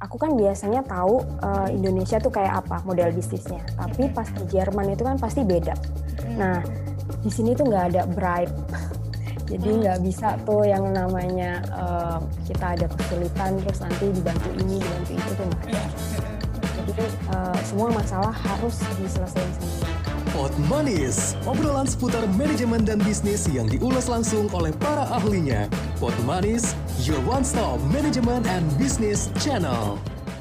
aku kan biasanya tahu Indonesia tuh kayak apa model bisnisnya, tapi pas di Jerman itu kan pasti beda. Nah, di sini tuh nggak ada bribe, jadi nggak bisa tuh yang namanya kita ada kesulitan terus nanti dibantu ini dibantu itu tuh nggak ada. Jadi semua masalah harus diselesaikan sendiri. Pot Manis, obrolan seputar manajemen dan bisnis yang diulas langsung oleh para ahlinya. Pot Manis, your one-stop management and business channel.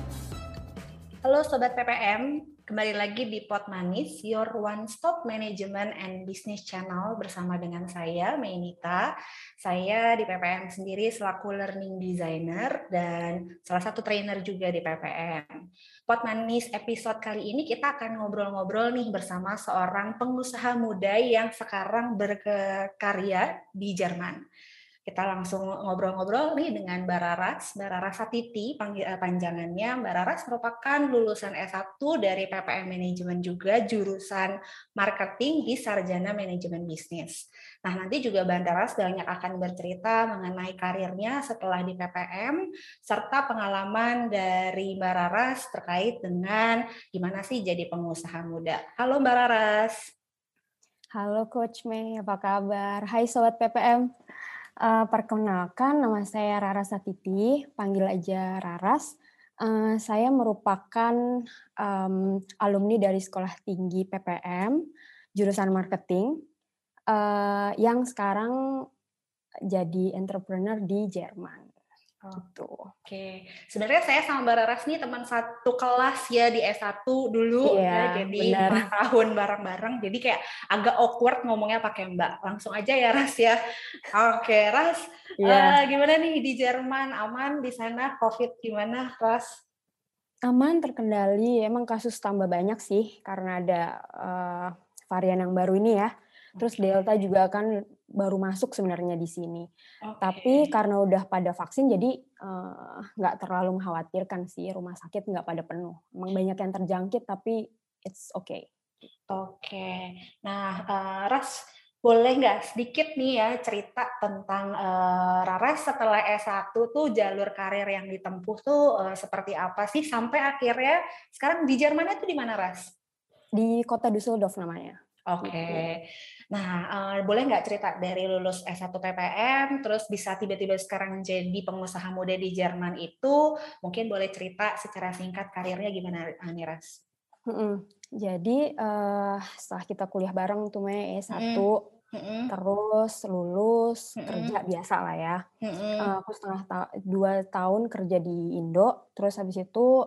Halo Sobat PPM, kembali lagi di Pot Manis, your one-stop management and business channel bersama dengan saya, Mainita. Saya di PPM sendiri selaku learning designer dan salah satu trainer juga di PPM. Pot Manis episode kali ini kita akan ngobrol-ngobrol nih bersama seorang pengusaha muda yang sekarang berkarya di Jerman. Kita langsung ngobrol-ngobrol nih dengan Mbak Raras Satiti, panjangannya. Mbak Raras merupakan lulusan S1 dari PPM Manajemen juga, jurusan Marketing di Sarjana Manajemen Bisnis. Nah, nanti juga Mbak Raras banyak akan bercerita mengenai karirnya setelah di PPM, serta pengalaman dari Mbak Raras terkait dengan gimana sih jadi pengusaha muda. Halo Mbak Raras. Halo Coach Mei, apa kabar? Hai Sobat PPM. Perkenalkan, nama saya Raras Satiti, panggil aja Raras. Saya merupakan alumni dari Sekolah Tinggi PPM, jurusan marketing, yang sekarang jadi entrepreneur di Jerman. Gitu. Oke, sebenarnya saya sama Mbak Raras nih teman satu kelas ya di S1 dulu, Iya, ya, jadi benar. 4 tahun bareng-bareng, jadi kayak agak awkward ngomongnya pakai Mbak. Langsung aja ya Ras ya. Oke, Ras, gimana nih di Jerman, aman di sana, COVID gimana Ras? Aman, terkendali, emang kasus tambah banyak sih karena ada varian yang baru ini ya. Terus Delta juga kan baru masuk sebenarnya di sini. Tapi karena udah pada vaksin jadi nggak terlalu mengkhawatirkan sih, rumah sakit nggak pada penuh. Emang banyak yang terjangkit tapi it's okay. Oke, nah Ras boleh nggak sedikit nih ya cerita tentang Raras setelah S1 tuh jalur karir yang ditempuh tuh seperti apa sih sampai akhirnya sekarang di Jerman itu di mana Ras? Di kota Düsseldorf namanya. Oke. Nah, boleh nggak cerita dari lulus S1 PPM, terus bisa tiba-tiba sekarang jadi pengusaha muda di Jerman itu, mungkin boleh cerita secara singkat karirnya gimana nih, Ras? Jadi setelah kita kuliah bareng tuh Mei S1, terus lulus, kerja biasa lah ya. Aku 2 tahun kerja di Indo, terus habis itu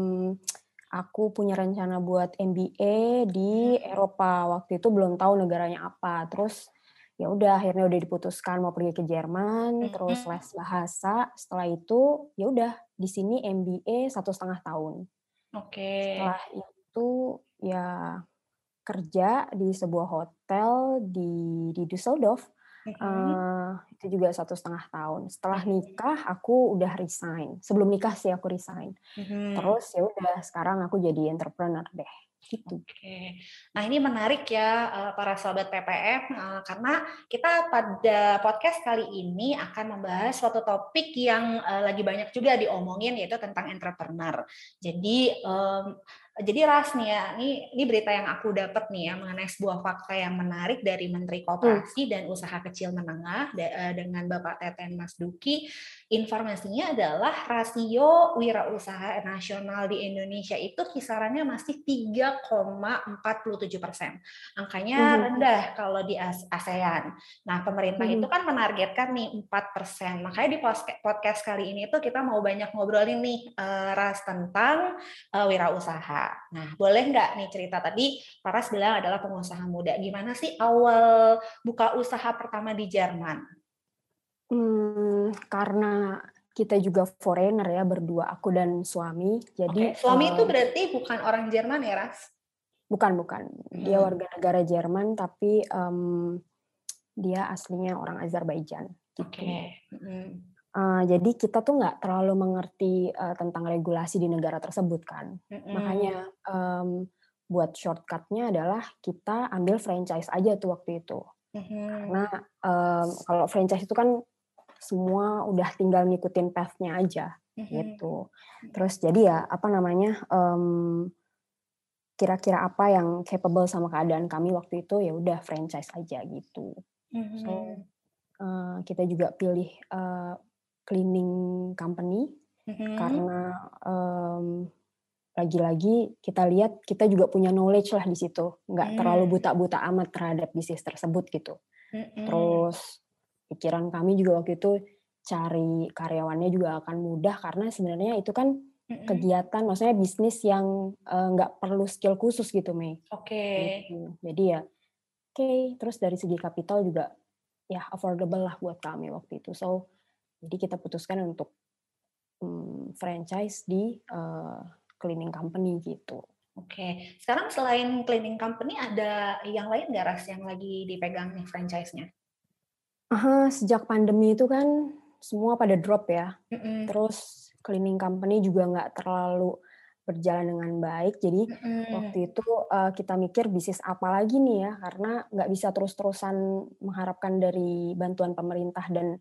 aku punya rencana buat MBA di Eropa. Waktu itu belum tahu negaranya apa. Terus ya udah akhirnya udah diputuskan mau pergi ke Jerman, terus les bahasa. Setelah itu ya udah di sini MBA 1,5 tahun. Setelah itu ya kerja di sebuah hotel di Düsseldorf. Itu juga 1,5 tahun. Setelah nikah aku udah resign. Sebelum nikah sih aku resign. Terus ya udah sekarang aku jadi entrepreneur deh. Gitu. Oke. Nah ini menarik ya para sobat PPM karena kita pada podcast kali ini akan membahas suatu topik yang lagi banyak juga diomongin yaitu tentang entrepreneur. Jadi Ras nih ya, ini berita yang aku dapat nih ya mengenai sebuah fakta yang menarik dari Menteri Koperasi dan Usaha Kecil Menengah dengan Bapak Teten Mas Duki. Informasinya adalah rasio wirausaha nasional di Indonesia itu kisarannya masih 3,47%. Angkanya rendah kalau di ASEAN. Nah, pemerintah itu kan menargetkan nih 4%. Makanya di podcast kali ini tuh kita mau banyak ngobrolin nih Ras tentang wirausaha. Nah, boleh nggak nih cerita tadi Pak Ras bilang adalah pengusaha muda. Gimana sih awal buka usaha pertama di Jerman? Karena kita juga foreigner ya berdua, aku dan suami. Jadi suami itu berarti bukan orang Jerman ya, Ras? Bukan. Dia warga negara Jerman tapi dia aslinya orang Azerbaijan. Gitu. Jadi kita tuh nggak terlalu mengerti tentang regulasi di negara tersebut kan. Makanya buat shortcut-nya adalah kita ambil franchise aja tuh waktu itu. Karena kalau franchise itu kan semua udah tinggal ngikutin path-nya aja. gitu. Terus jadi ya apa namanya, kira-kira apa yang capable sama keadaan kami waktu itu, ya udah franchise aja gitu. So, kita juga pilih, cleaning company karena, lagi-lagi kita lihat kita juga punya knowledge lah di situ, nggak terlalu buta-buta amat terhadap bisnis tersebut gitu. Terus pikiran kami juga waktu itu cari karyawannya juga akan mudah karena sebenarnya itu kan kegiatan, maksudnya bisnis yang nggak perlu skill khusus gitu, Mei. Oke. Gitu. Jadi ya, terus dari segi kapital juga ya affordable lah buat kami waktu itu. So, jadi kita putuskan untuk franchise di cleaning company gitu. Oke. Sekarang selain cleaning company ada yang lain nggak, Ras, yang lagi dipegang nih franchise-nya? Sejak pandemi itu kan semua pada drop ya. Terus cleaning company juga nggak terlalu berjalan dengan baik. Jadi waktu itu kita mikir bisnis apa lagi nih ya, karena nggak bisa terus-terusan mengharapkan dari bantuan pemerintah dan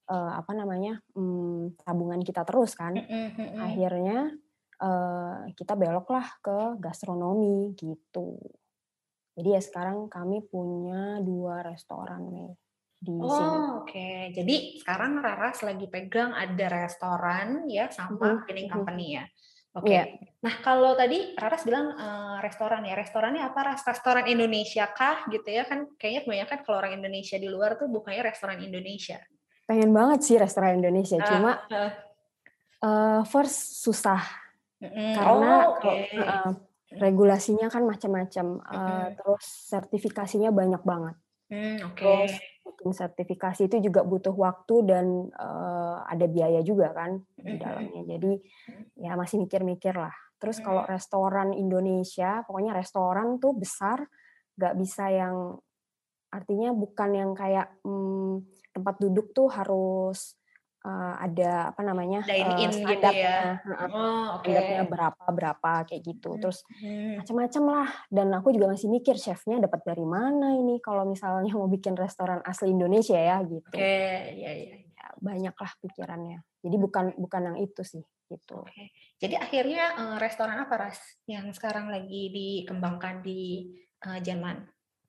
tabungan kita terus kan. Akhirnya kita beloklah ke gastronomi gitu. Jadi ya sekarang kami punya 2 restoran nih di sini. Oke. Jadi sekarang Raras lagi pegang ada restoran ya sama cleaning company ya. Oke. Iya. Nah, kalau tadi Raras bilang restoran ya. Restorannya apa, Ras? Restoran Indonesia kah gitu ya? Kan kayaknya kebanyakan kalau orang Indonesia di luar tuh bukanya restoran Indonesia. Pengen banget sih restoran Indonesia, cuma first susah. Karena regulasinya kan macam-macam, terus sertifikasinya banyak banget. Terus bikin sertifikasi itu juga butuh waktu dan ada biaya juga kan di dalamnya. Jadi ya masih mikir-mikir lah. Terus kalau restoran Indonesia, pokoknya restoran tuh besar, nggak bisa yang artinya bukan yang kayak tempat duduk tuh harus ada apa namanya dine-in gitu ya. standarnya berapa kayak gitu. Terus macam-macam lah. Dan aku juga masih mikir chefnya dapat dari mana ini kalau misalnya mau bikin restoran asli Indonesia ya gitu. Ya, banyak lah pikirannya. Jadi bukan yang itu sih gitu. Jadi akhirnya restoran apa, Ras, yang sekarang lagi dikembangkan di Jerman?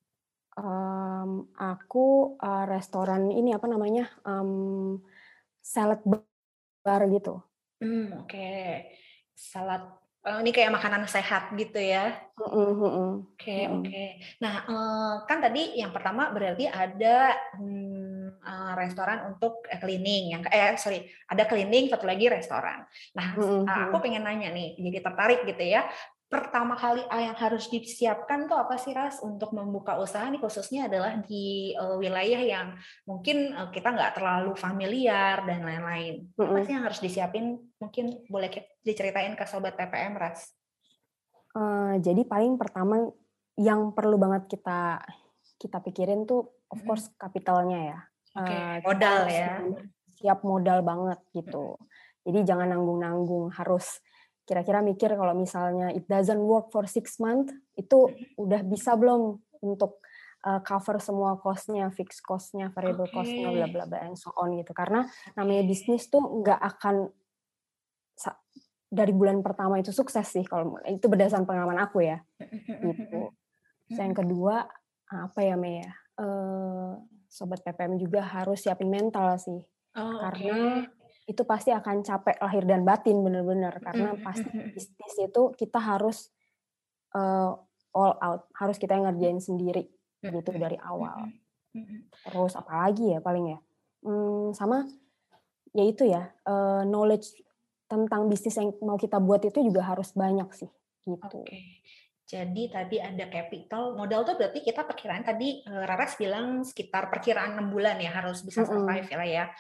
Aku restoran ini apa namanya salad bar gitu. Salad. Ini kayak makanan sehat gitu ya? Oke. Nah, kan tadi yang pertama berarti ada restoran untuk cleaning, ada cleaning, satu lagi restoran. Nah, aku pengen nanya nih, jadi tertarik gitu ya. Pertama kali yang harus disiapkan tuh apa sih, Ras, untuk membuka usaha nih, khususnya adalah di wilayah yang mungkin kita nggak terlalu familiar dan lain-lain. Apa sih yang harus disiapin? Mungkin boleh diceritain ke Sobat PPM, Ras. Jadi paling pertama yang perlu banget kita pikirin tuh of course kapitalnya ya. Modal ya. Siap modal banget gitu. Jadi jangan nanggung-nanggung, harus kira-kira mikir kalau misalnya it doesn't work for 6 months, itu udah bisa belum untuk cover semua cost-nya, fixed cost-nya, variable cost-nya, bla bla bla and so on gitu. Karena namanya bisnis tuh nggak akan dari bulan pertama itu sukses sih, kalau itu berdasarkan pengalaman aku ya. Gitu. Yang kedua, apa ya, Mei ya? Sobat PPM juga harus siapin mental sih. Karena itu pasti akan capek lahir dan batin bener-bener, karena pasti bisnis itu kita harus all out, harus kita yang ngerjain sendiri gitu dari awal. Terus apalagi ya paling ya, sama ya itu ya, knowledge tentang bisnis yang mau kita buat itu juga harus banyak sih gitu. Jadi tadi ada capital, modal tuh berarti kita perkiraan tadi Raras bilang sekitar perkiraan 6 bulan ya harus bisa survive ya.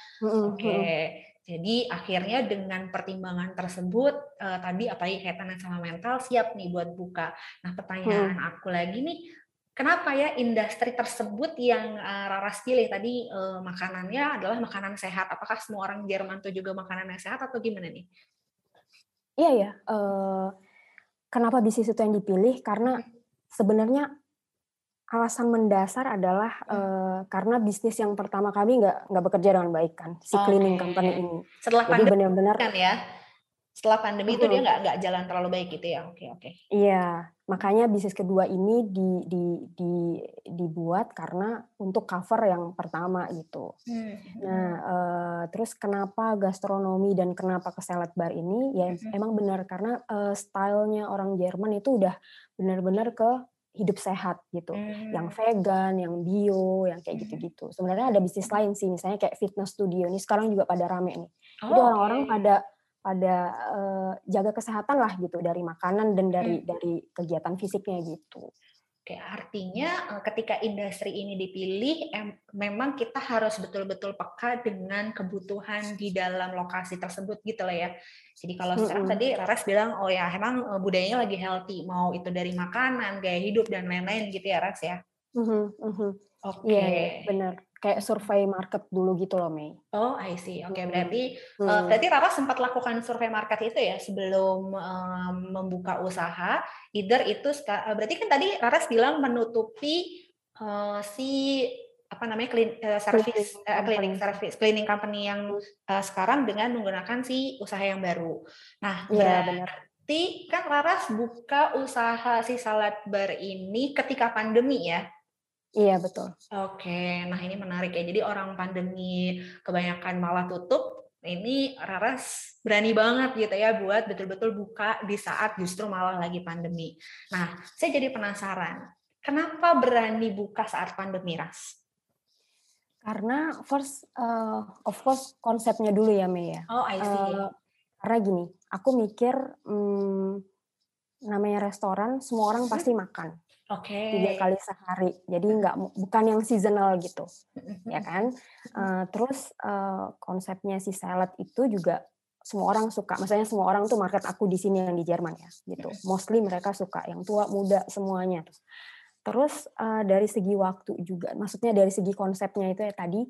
Jadi akhirnya dengan pertimbangan tersebut tadi apalagi kaitannya sama mental, siap nih buat buka. Nah, pertanyaan aku lagi nih, kenapa ya industri tersebut yang Raras pilih tadi makanannya adalah makanan sehat? Apakah semua orang Jerman tuh juga makanannya sehat atau gimana nih? Iya ya. Kenapa bisnis itu yang dipilih? Karena sebenarnya alasan mendasar adalah, karena bisnis yang pertama kami nggak bekerja dengan baik kan, si cleaning company ini. Setelah Jadi pandemi benar-benar kan ya? Setelah pandemi itu dia nggak jalan terlalu baik gitu ya? Oke. Iya, makanya bisnis kedua ini dibuat karena untuk cover yang pertama gitu. Nah, terus kenapa gastronomi dan kenapa ke salad bar ini, ya emang benar karena, style-nya orang Jerman itu udah benar-benar ke hidup sehat gitu, yang vegan, yang bio, yang kayak gitu-gitu. Sebenarnya ada bisnis lain sih, misalnya kayak fitness studio, ini sekarang juga pada rame nih. Jadi orang-orang pada jaga kesehatan lah gitu, dari makanan dan dari kegiatan fisiknya gitu. Oke, artinya ketika industri ini dipilih, memang kita harus betul-betul peka dengan kebutuhan di dalam lokasi tersebut gitu lah ya. Jadi kalau sekarang tadi Raras bilang, oh ya emang budayanya lagi healthy, mau itu dari makanan, gaya hidup, dan lain-lain gitu ya Ras ya? Oke. Iya, benar. Kayak survei market dulu gitu loh, Mei. Oh, I see. Oke, berarti Rara sempat lakukan survei market itu ya sebelum membuka usaha. Either itu berarti kan tadi Raras bilang menutupi si apa namanya cleaning company yang sekarang dengan menggunakan si usaha yang baru. Nah, berarti kan Raras buka usaha si salad bar ini ketika pandemi ya? Iya, betul. Oke, nah ini menarik ya. Jadi orang pandemi kebanyakan malah tutup, ini Raras berani banget gitu ya buat betul-betul buka di saat justru malah lagi pandemi. Nah, saya jadi penasaran, kenapa berani buka saat pandemi, Ras? Karena of course konsepnya dulu ya, Mei ya. Oh, I see. Karena gini, aku mikir namanya restoran, semua orang pasti makan. 3 kali sehari, jadi bukan yang seasonal gitu, ya kan? Terus konsepnya si salad itu juga semua orang suka. Maksudnya semua orang tuh market aku di sini yang di Jerman ya, gitu. Mostly mereka suka, yang tua, muda, semuanya. Terus dari segi waktu juga, maksudnya dari segi konsepnya itu ya tadi,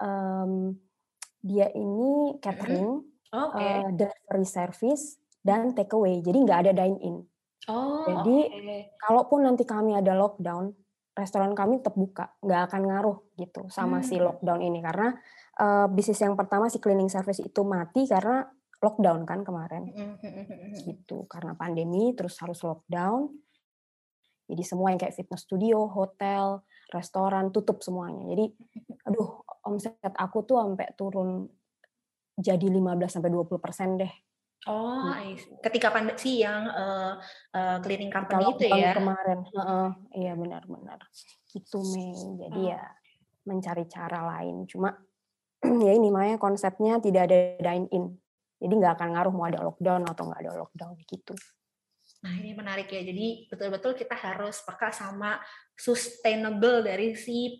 dia ini catering, delivery service, dan take away. Jadi nggak ada dine in. Jadi kalaupun nanti kami ada lockdown, restoran kami tetap buka, nggak akan ngaruh gitu sama si lockdown ini, karena bisnis yang pertama si cleaning service itu mati karena lockdown kan kemarin, gitu. Karena pandemi terus harus lockdown, jadi semua yang kayak fitness studio, hotel, restoran tutup semuanya. Jadi, aduh, omset aku tuh sampai turun jadi 15-20% deh. Oh, ketika si yang cleaning company itu ya? Kemarin, iya benar-benar. Gitu, Mei. Jadi ya mencari cara lain. Cuma ya ini makanya konsepnya tidak ada dine-in. Jadi nggak akan ngaruh mau ada lockdown atau nggak ada lockdown gitu. Nah ini menarik ya. Jadi betul-betul kita harus peka sama sustainable dari si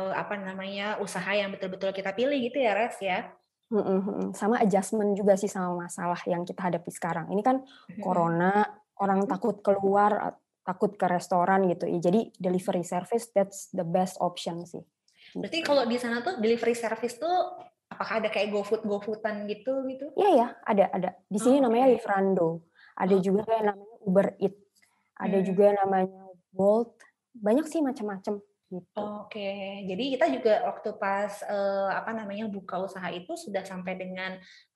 usaha yang betul-betul kita pilih gitu ya, Res ya. Sama adjustment juga sih sama masalah yang kita hadapi sekarang. Ini kan corona, orang takut keluar, takut ke restoran gitu. Jadi delivery service that's the best option sih. Berarti kalau di sana tuh delivery service tuh apakah ada kayak GoFood-an gitu? Iya, ada. Di sini namanya Livrando. Ada juga yang namanya Uber Eats. Ada juga yang namanya Bolt. Banyak sih macam-macam. Gitu. Oke, jadi kita juga waktu pas buka usaha itu sudah sampai dengan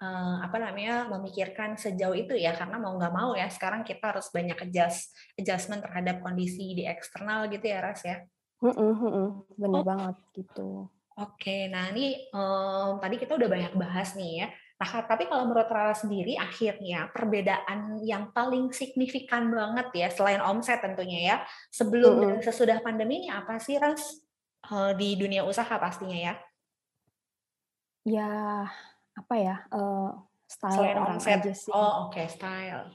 memikirkan sejauh itu ya, karena mau nggak mau ya sekarang kita harus banyak adjustment terhadap kondisi di eksternal gitu ya, Ras ya. Benar banget gitu. Oke, nah ini tadi kita udah banyak bahas nih ya. Nah, tapi kalau menurut Rara sendiri, akhirnya perbedaan yang paling signifikan banget ya, selain omset tentunya ya, sebelum dan sesudah pandemi ini apa sih, Ras? Di dunia usaha pastinya ya? Ya, apa ya, style selain orang omset aja sih. Oh, oke, style.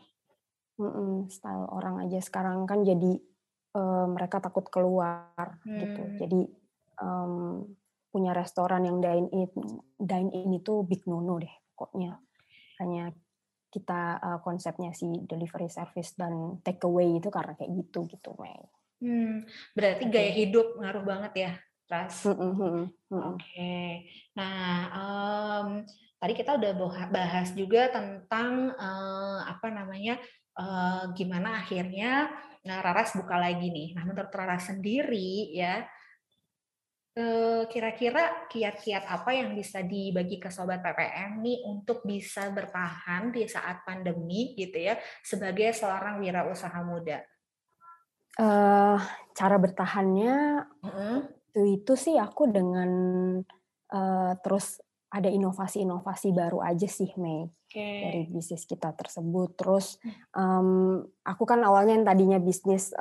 Style orang aja sekarang kan jadi mereka takut keluar gitu. Jadi punya restoran yang dine in itu big no-no deh pokoknya. Hanya kita konsepnya si delivery service dan take away itu karena kayak gitu Mei. Berarti gaya hidup ngaruh banget ya, Ras. Oke. Nah, tadi kita udah bahas juga tentang gimana akhirnya Raras buka lagi nih. Nah, menurut Raras sendiri ya, kira-kira kiat-kiat apa yang bisa dibagi ke Sobat PPM nih untuk bisa bertahan di saat pandemi gitu ya, sebagai seorang wirausaha muda? Cara bertahannya itu sih aku dengan terus ada inovasi-inovasi baru aja sih, Mei, dari bisnis kita tersebut. Terus aku kan awalnya yang tadinya bisnis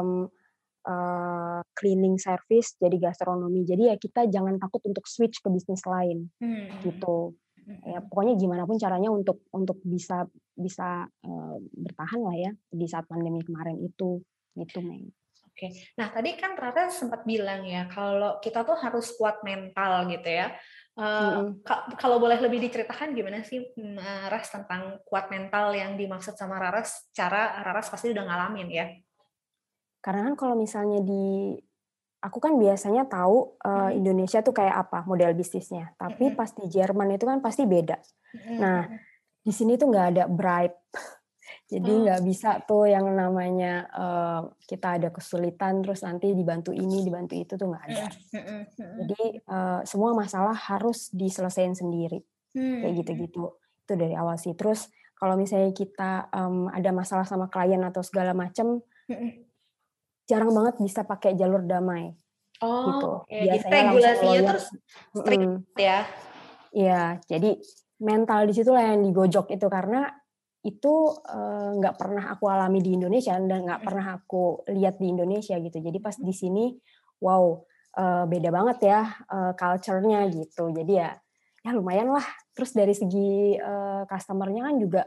cleaning service jadi gastronomi. Jadi ya kita jangan takut untuk switch ke bisnis lain, gitu. Ya pokoknya gimana pun caranya untuk bisa bertahan lah ya di saat pandemi kemarin itu, gitu, Mei. Oke. Nah, tadi kan Rara sempat bilang ya, kalau kita tuh harus kuat mental gitu ya. Kalau boleh lebih diceritakan gimana sih, Ras, tentang kuat mental yang dimaksud sama Raras, secara Raras pasti udah ngalamin ya? Karena kan kalau misalnya aku kan biasanya tahu Indonesia tuh kayak apa model bisnisnya, tapi pas di Jerman itu kan pasti beda. Nah, di sini tuh nggak ada bribe. Jadi nggak bisa tuh yang namanya kita ada kesulitan terus nanti dibantu ini, dibantu itu tuh nggak ada. Jadi semua masalah harus diselesaikan sendiri. Kayak gitu-gitu. Itu dari awal sih. Terus kalau misalnya kita ada masalah sama klien atau segala macam, jarang banget bisa pakai jalur damai. Gitu. Biasanya langsung lawyer. Strict ya. Iya, jadi mental di situlah yang digojok itu, karena itu nggak pernah aku alami di Indonesia dan nggak pernah aku lihat di Indonesia gitu. Jadi pas di sini, wow, beda banget ya culture-nya gitu. Jadi ya lumayan lah. Terus dari segi customer-nya kan juga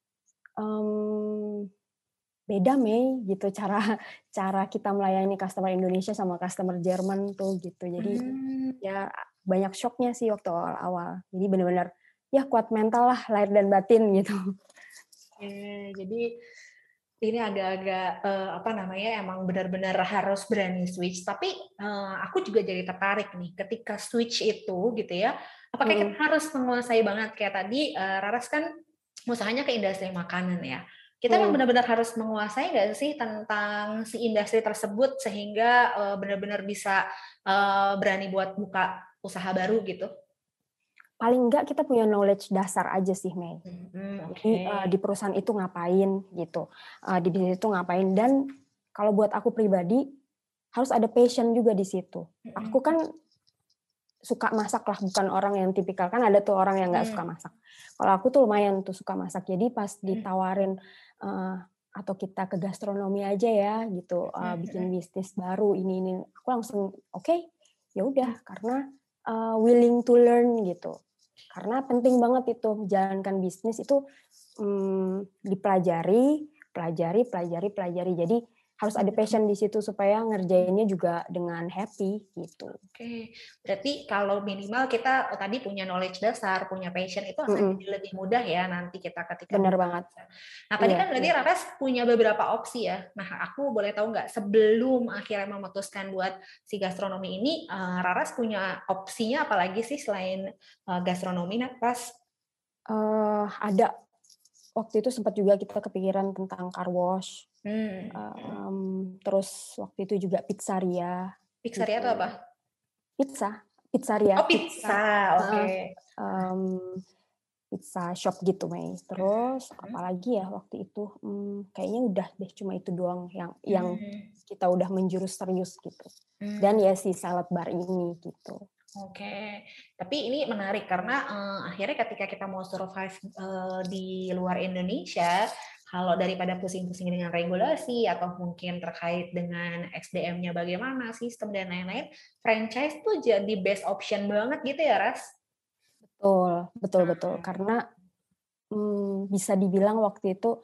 beda, Mei, gitu, cara kita melayani customer Indonesia sama customer Jerman tuh gitu. Jadi ya banyak shock-nya sih waktu awal-awal. Jadi benar-benar ya kuat mental lah, lahir dan batin gitu. Jadi ini agak-agak emang benar-benar harus berani switch. Tapi aku juga jadi tertarik nih ketika switch itu gitu ya. Apakah kita harus menguasai banget kayak tadi Raras kan usahanya ke industri makanan ya. Kita memang benar-benar harus menguasai nggak sih tentang si industri tersebut sehingga benar-benar bisa berani buat buka usaha baru gitu? Paling enggak kita punya knowledge dasar aja sih, Mei. Jadi di perusahaan itu ngapain gitu, di bisnis itu ngapain, dan kalau buat aku pribadi harus ada passion juga di situ. Aku kan suka masak lah, bukan orang yang tipikal, kan ada tuh orang yang nggak suka masak. Kalau aku tuh lumayan tuh suka masak, jadi pas ditawarin atau kita ke gastronomi aja ya gitu, bikin bisnis baru ini aku langsung oke, ya udah, karena willing to learn gitu. Karena penting banget itu menjalankan bisnis itu dipelajari. Jadi harus ada passion di situ supaya ngerjainnya juga dengan happy gitu. Oke, berarti kalau minimal kita tadi punya knowledge dasar, punya passion, itu akan jadi lebih mudah ya nanti kita ketika. Benar banget. Nah tadi kan berarti Raras punya beberapa opsi ya. Nah aku boleh tahu nggak, sebelum akhirnya memutuskan buat si gastronomi ini, Raras punya opsinya apalagi sih selain gastronomi, Raras? Ada. Waktu itu sempat juga kita kepikiran tentang car wash. Terus waktu itu juga pizzeria. Pizzeria itu apa? Pizzeria. Oh, pizza. Oke. Pizza shop gitu, Mei. Terus apalagi ya waktu itu, kayaknya udah deh, cuma itu doang yang kita udah menjurus serius gitu. Dan ya si salad bar ini gitu. Oke, tapi ini menarik karena akhirnya ketika kita mau survive di luar Indonesia, kalau daripada pusing-pusing dengan regulasi atau mungkin terkait dengan SDM-nya bagaimana, sistem dan lain-lain, franchise tuh jadi best option banget gitu ya, Ras? Betul. Karena bisa dibilang waktu itu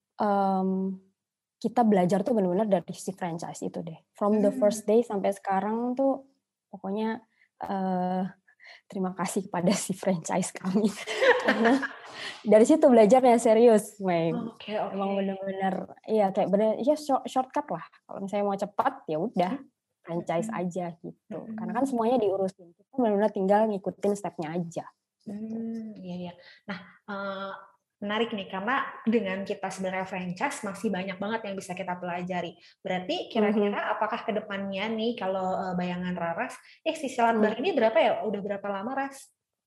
kita belajar tuh benar-benar dari si franchise itu deh. From the first day sampai sekarang tuh pokoknya terima kasih kepada si franchise kami. Karena dari situ belajarnya serius, Mei. Okay. Emang benar-benar kayak benar ya shortcut lah. Kalau misalnya mau cepat ya udah franchise aja gitu. Karena kan semuanya diurusin. Kita benar-benar tinggal ngikutin step-nya aja. Iya ya. Nah, menarik nih karena dengan kita sebenarnya franchise masih banyak banget yang bisa kita pelajari. Berarti kira-kira apakah ke depannya nih kalau bayangan Raras, si salad bar ini berapa ya? Udah berapa lama, Ras?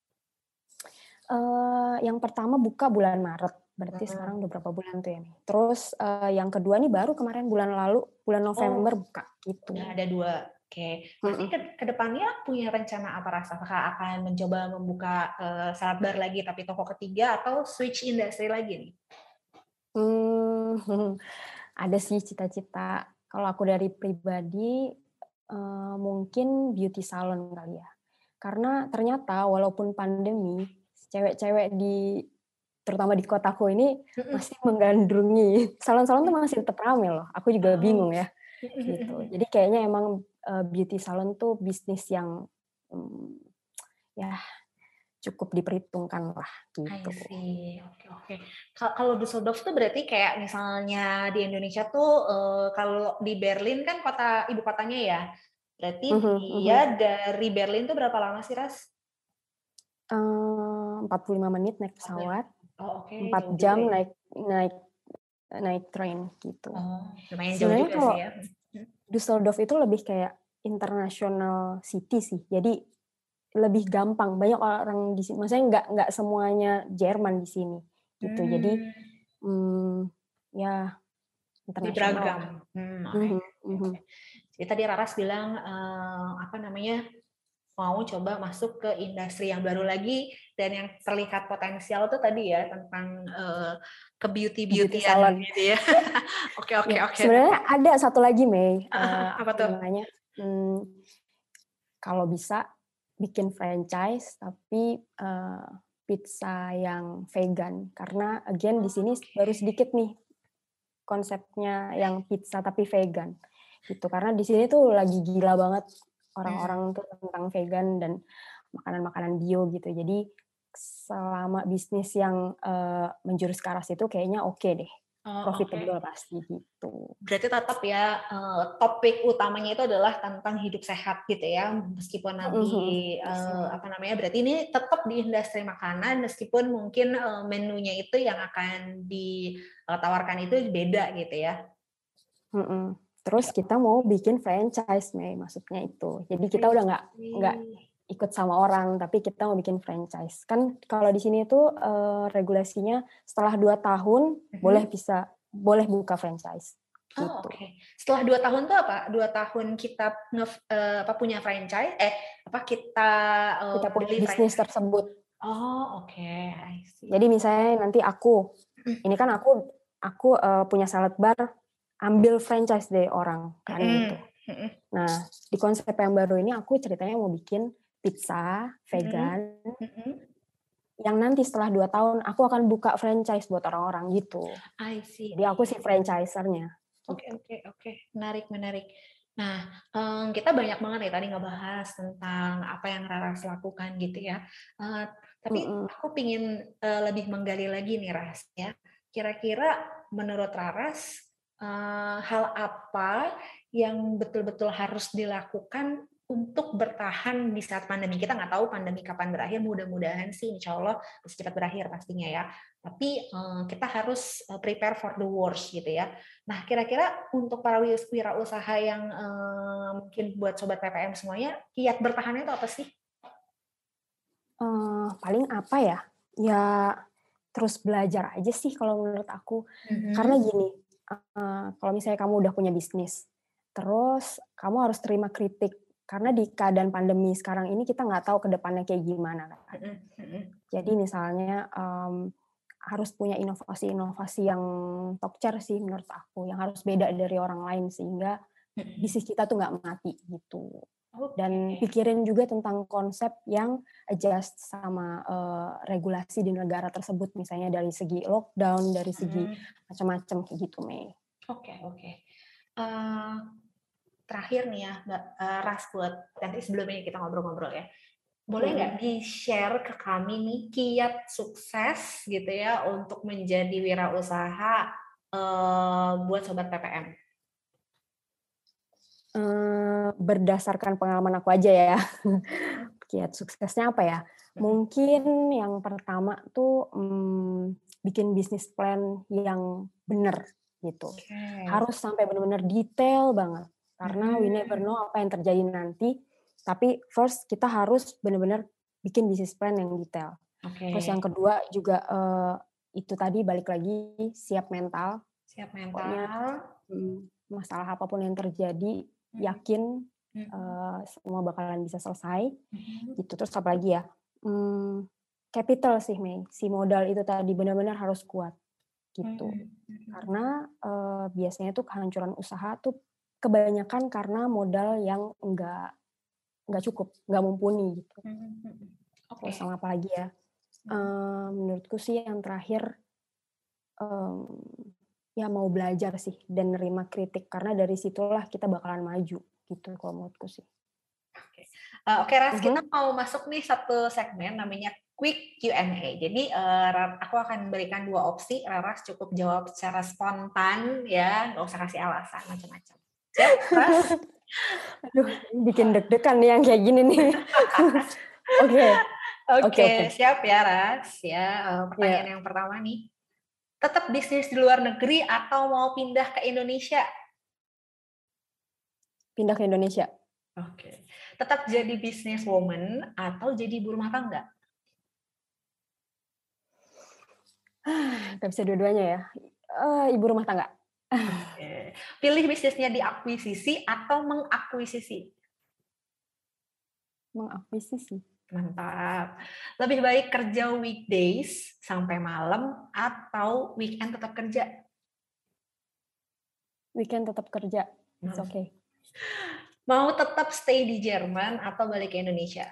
Yang pertama buka bulan Maret, berarti sekarang udah berapa bulan tuh ya nih. Terus yang kedua nih baru kemarin bulan lalu, bulan November buka gitu. Udah ada 2. Oke. Berarti ke depannya punya rencana apa, Ras? Apakah akan mencoba membuka salad bar lagi tapi toko ketiga atau switch industri lagi nih? Ada sih cita-cita. Kalau aku dari pribadi mungkin beauty salon kali ya. Karena ternyata walaupun pandemi, cewek-cewek terutama di kotaku ini masih menggandrungi. Salon-salon tuh masih tetap ramai loh. Aku juga bingung ya. Gitu. Jadi kayaknya emang beauty salon tuh bisnis yang ya cukup diperhitungkan lah gitu. Oke. Kalau Düsseldorf tuh berarti kayak misalnya di Indonesia tuh kalau di Berlin kan ibu kotanya ya. Berarti dia dari Berlin tuh berapa lama sih, Ras? 45 menit naik pesawat. 4 jam naik train gitu. Lumayan jauh sebenarnya juga kalau sih ya. Düsseldorf itu lebih kayak international city sih. Jadi lebih gampang. Banyak orang di sini. Maksudnya nggak semuanya Jerman di sini gitu. Jadi ya internasional. Beragam. Jadi tadi Raras bilang mau coba masuk ke industri yang baru lagi dan yang terlihat potensial tuh tadi ya tentang ke beauty salon gitu ya. Oke. Sebenarnya ada satu lagi, Mei. Apa tuh? Namanya kalau bisa bikin franchise tapi pizza yang vegan karena again di sini baru sedikit nih konsepnya yang pizza tapi vegan gitu karena di sini tuh lagi gila banget orang-orang tuh tentang vegan dan makanan-makanan bio gitu. Jadi selama bisnis yang menjurus ke arah situ kayaknya oke deh. Profitable pasti gitu. Berarti tetap ya topik utamanya itu adalah tentang hidup sehat gitu ya. Meskipun nanti berarti ini tetap di industri makanan meskipun mungkin menunya itu yang akan ditawarkan itu beda gitu ya. Terus kita mau bikin franchise, Mei, maksudnya itu. Jadi kita udah nggak ikut sama orang, tapi kita mau bikin franchise. Kan kalau di sini itu regulasinya setelah 2 tahun boleh buka franchise. Gitu. Setelah 2 tahun tuh apa? 2 tahun kita punya franchise, kita punya bisnis tersebut. I see. Jadi misalnya nanti aku punya salad bar, ambil franchise dari orang kan gitu. Nah, di konsep yang baru ini aku ceritanya mau bikin pizza vegan yang nanti setelah 2 tahun aku akan buka franchise buat orang-orang gitu. I see. Jadi aku si franchisernya. Oke. Menarik. Nah, kita banyak banget ya tadi ngebahas tentang apa yang Raras lakukan gitu ya. Tapi aku pingin lebih menggali lagi nih, Ras ya. Kira-kira menurut Raras hal apa yang betul-betul harus dilakukan untuk bertahan di saat pandemi? Kita nggak tahu pandemi kapan berakhir, mudah-mudahan sih insya Allah bisa cepat berakhir pastinya ya. Tapi kita harus prepare for the worst gitu ya. Nah, kira-kira untuk para wirausaha yang mungkin buat Sobat PPM semuanya, kiat bertahannya itu apa sih? Paling apa ya? Ya terus belajar aja sih kalau menurut aku. Karena gini, kalau misalnya kamu udah punya bisnis, terus kamu harus terima kritik. Karena di keadaan pandemi sekarang ini kita nggak tahu ke depannya kayak gimana. Kan? Jadi misalnya harus punya inovasi-inovasi yang tokcer sih menurut aku, yang harus beda dari orang lain sehingga bisnis kita tuh nggak mati gitu. Dan pikirin juga tentang konsep yang adjust sama regulasi di negara tersebut, misalnya dari segi lockdown, dari segi macam-macam kayak gitu, Mei. Oke. Terakhir nih ya, Mbak Ras, buat nanti sebelumnya kita ngobrol-ngobrol ya. Boleh nggak di-share ke kami nih kiat sukses gitu ya untuk menjadi wirausaha buat Sobat PPM? Berdasarkan pengalaman aku aja ya. Kiat suksesnya apa ya? Mungkin yang pertama tuh bikin bisnis plan yang benar gitu. Harus sampai benar-benar detail banget karena we never know apa yang terjadi nanti. Tapi first kita harus benar-benar bikin bisnis plan yang detail. Terus yang kedua juga itu tadi balik lagi siap mental. Pokoknya masalah apapun yang terjadi yakin semua bakalan bisa selesai gitu. Terus apa lagi ya? Capital sih Mei, si modal itu tadi benar-benar harus kuat gitu. Karena biasanya tuh kehancuran usaha tuh kebanyakan karena modal yang enggak cukup, enggak mumpuni gitu. Terus sama apa lagi ya? Menurutku sih yang terakhir ya mau belajar sih dan nerima kritik karena dari situlah kita bakalan maju gitu kalau menurutku sih. Oke, Ras, kita mau masuk nih satu segmen namanya Quick Q&A. Jadi aku akan berikan 2 opsi, Ras cukup jawab secara spontan ya, nggak usah kasih alasan macam-macam. Siap, Ras? Aduh, bikin deg-degan nih yang kayak gini nih. Oke, siap ya, Ras. Ya, pertanyaan yang pertama nih. Tetap bisnis di luar negeri atau mau pindah ke Indonesia? Pindah ke Indonesia. Oke. Tetap jadi businesswoman atau jadi ibu rumah tangga? Gak bisa dua-duanya ya. Ibu rumah tangga. Oke. Pilih bisnisnya diakuisisi atau mengakuisisi? Mengakuisisi. Mantap. Lebih baik kerja weekdays sampai malam atau weekend tetap kerja? Weekend tetap kerja. It's okay. Mau tetap stay di Jerman atau balik ke Indonesia?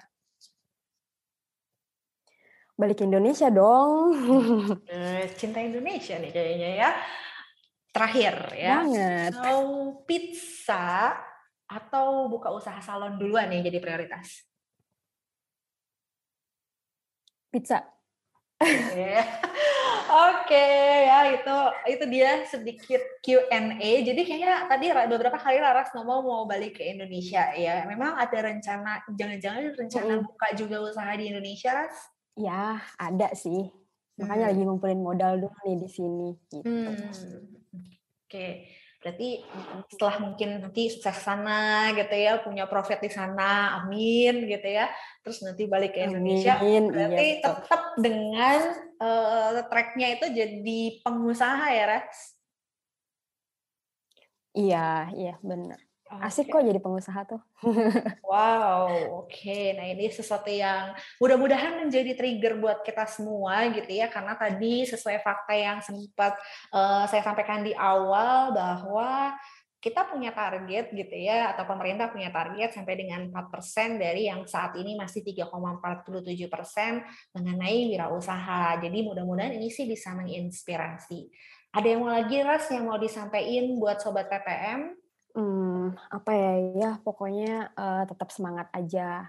Balik ke Indonesia dong. Cinta Indonesia nih kayaknya ya. Terakhir ya. Banget. Mau pizza atau buka usaha salon duluan yang jadi prioritas? Pizza. Oke, ya itu dia sedikit Q&A. Jadi kayaknya tadi beberapa kali Laras ngomong mau balik ke Indonesia ya. Memang ada rencana, jangan-jangan rencana buka juga usaha di Indonesia, Ras? Ya, ada sih. Makanya lagi ngumpulin modal dulu nih di sini gitu. Oke. Berarti setelah mungkin nanti sukses sana gitu ya, punya profit di sana, amin gitu ya. Terus nanti balik ke Indonesia, berarti iya, tetap dengan track-nya itu jadi pengusaha ya, Ras? Iya, benar. Asik kok jadi pengusaha tuh. Wow, oke. Nah ini sesuatu yang mudah-mudahan menjadi trigger buat kita semua gitu ya, karena tadi sesuai fakta yang sempat saya sampaikan di awal bahwa kita punya target gitu ya, atau pemerintah punya target sampai dengan 4% dari yang saat ini masih 3,47% mengenai wirausaha. Jadi mudah-mudahan ini sih bisa menginspirasi. Ada yang mau lagi, Ras, yang mau disampaikan buat Sobat PPM? Apa ya pokoknya tetap semangat aja.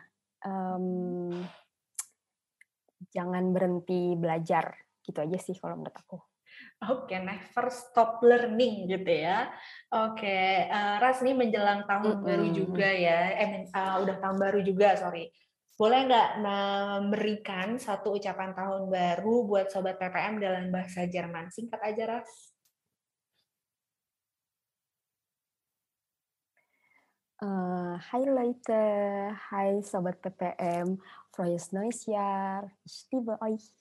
Jangan berhenti belajar. Gitu aja sih kalau menurut aku. Oke, never stop learning gitu ya. Oke, Ras, ini menjelang tahun baru juga ya. Udah tahun baru juga, sorry. Boleh nggak memberikan satu ucapan tahun baru buat Sobat PPM dalam bahasa Jerman? Singkat aja, Ras. Hai Leute, hai Sobat PPM, frohes neues Jahr, ich liebe euch.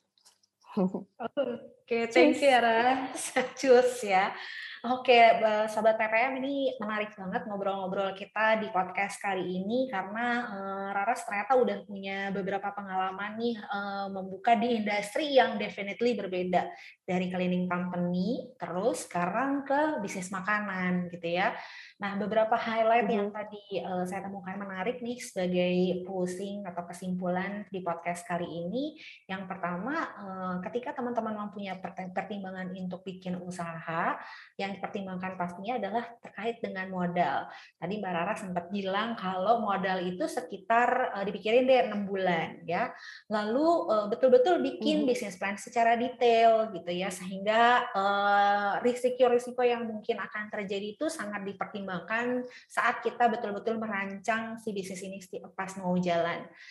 Oke, thank you ya, Ras. Cus ya. Oke, Sobat PPM, ini menarik banget ngobrol-ngobrol kita di podcast kali ini karena Raras ternyata udah punya beberapa pengalaman nih membuka di industri yang definitely berbeda, dari cleaning company terus sekarang ke bisnis makanan gitu ya. Nah, beberapa highlight yang tadi saya temukan menarik nih sebagai closing atau kesimpulan di podcast kali ini. Yang pertama, ketika teman-teman mempunyai pertimbangan untuk bikin usaha, yang dipertimbangkan pastinya adalah terkait dengan modal. Tadi Mbak Rara sempat bilang kalau modal itu sekitar dipikirin deh 6 bulan ya. Lalu betul-betul bikin bisnis plan secara detail gitu ya, sehingga risiko-risiko yang mungkin akan terjadi itu sangat dipertimbangkan saat kita betul-betul merancang si bisnis ini pas mau jalan.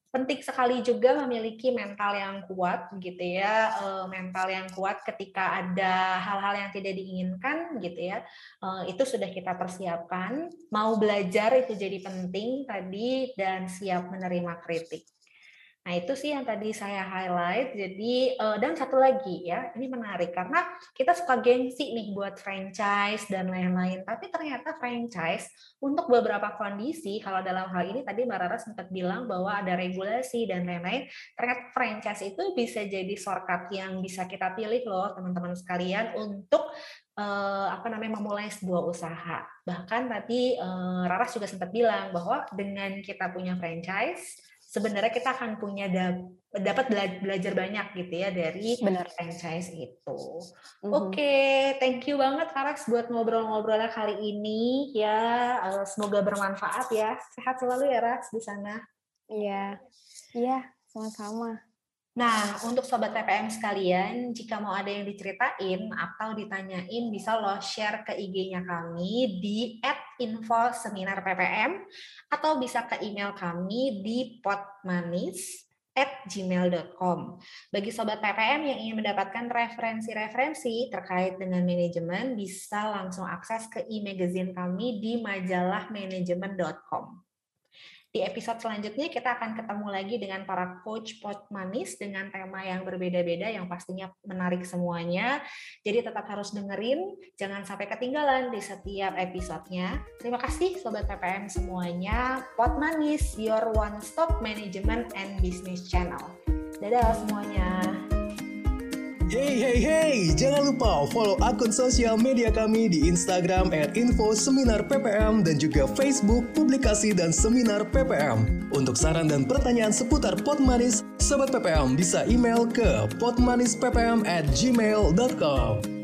penting sekali juga memiliki mental yang kuat gitu ya, mental yang kuat ketika ada hal-hal yang tidak diinginkan gitu ya, itu sudah kita persiapkan, mau belajar itu jadi penting tadi, dan siap menerima kritik. Nah, itu sih yang tadi saya highlight. Jadi, dan satu lagi ya, ini menarik karena kita suka gengsi nih buat franchise dan lain-lain. Tapi ternyata franchise untuk beberapa kondisi, kalau dalam hal ini tadi Mbak Rara sempat bilang bahwa ada regulasi dan lain-lain, ternyata franchise itu bisa jadi shortcut yang bisa kita pilih loh, teman-teman sekalian, untuk memulai sebuah usaha. Bahkan tadi Raras juga sempat bilang bahwa dengan kita punya franchise, sebenarnya kita akan punya dapat belajar banyak gitu ya dari franchise itu. Oke, thank you banget Raras buat ngobrol-ngobrolnya kali ini ya. Semoga bermanfaat ya. Sehat selalu ya Raras di sana. Iya, sama-sama. Nah, untuk Sobat PPM sekalian, jika mau ada yang diceritain atau ditanyain, bisa lo share ke IG-nya kami di @info-seminar-ppm atau bisa ke email kami di potmanis@gmail.com. Bagi Sobat PPM yang ingin mendapatkan referensi-referensi terkait dengan manajemen, bisa langsung akses ke e-magazine kami di majalahmanajemen.com. Di episode selanjutnya kita akan ketemu lagi dengan para coach Potmanis dengan tema yang berbeda-beda yang pastinya menarik semuanya. Jadi tetap harus dengerin, jangan sampai ketinggalan di setiap episodenya. Terima kasih Sobat PPM semuanya. Potmanis, your one-stop management and business channel. Dadah semuanya. Hey, jangan lupa follow akun sosial media kami di Instagram @info-seminar-ppm dan juga Facebook Publikasi dan Seminar PPM. Untuk saran dan pertanyaan seputar Potmanis, Sobat PPM bisa email ke potmanisppm@gmail.com.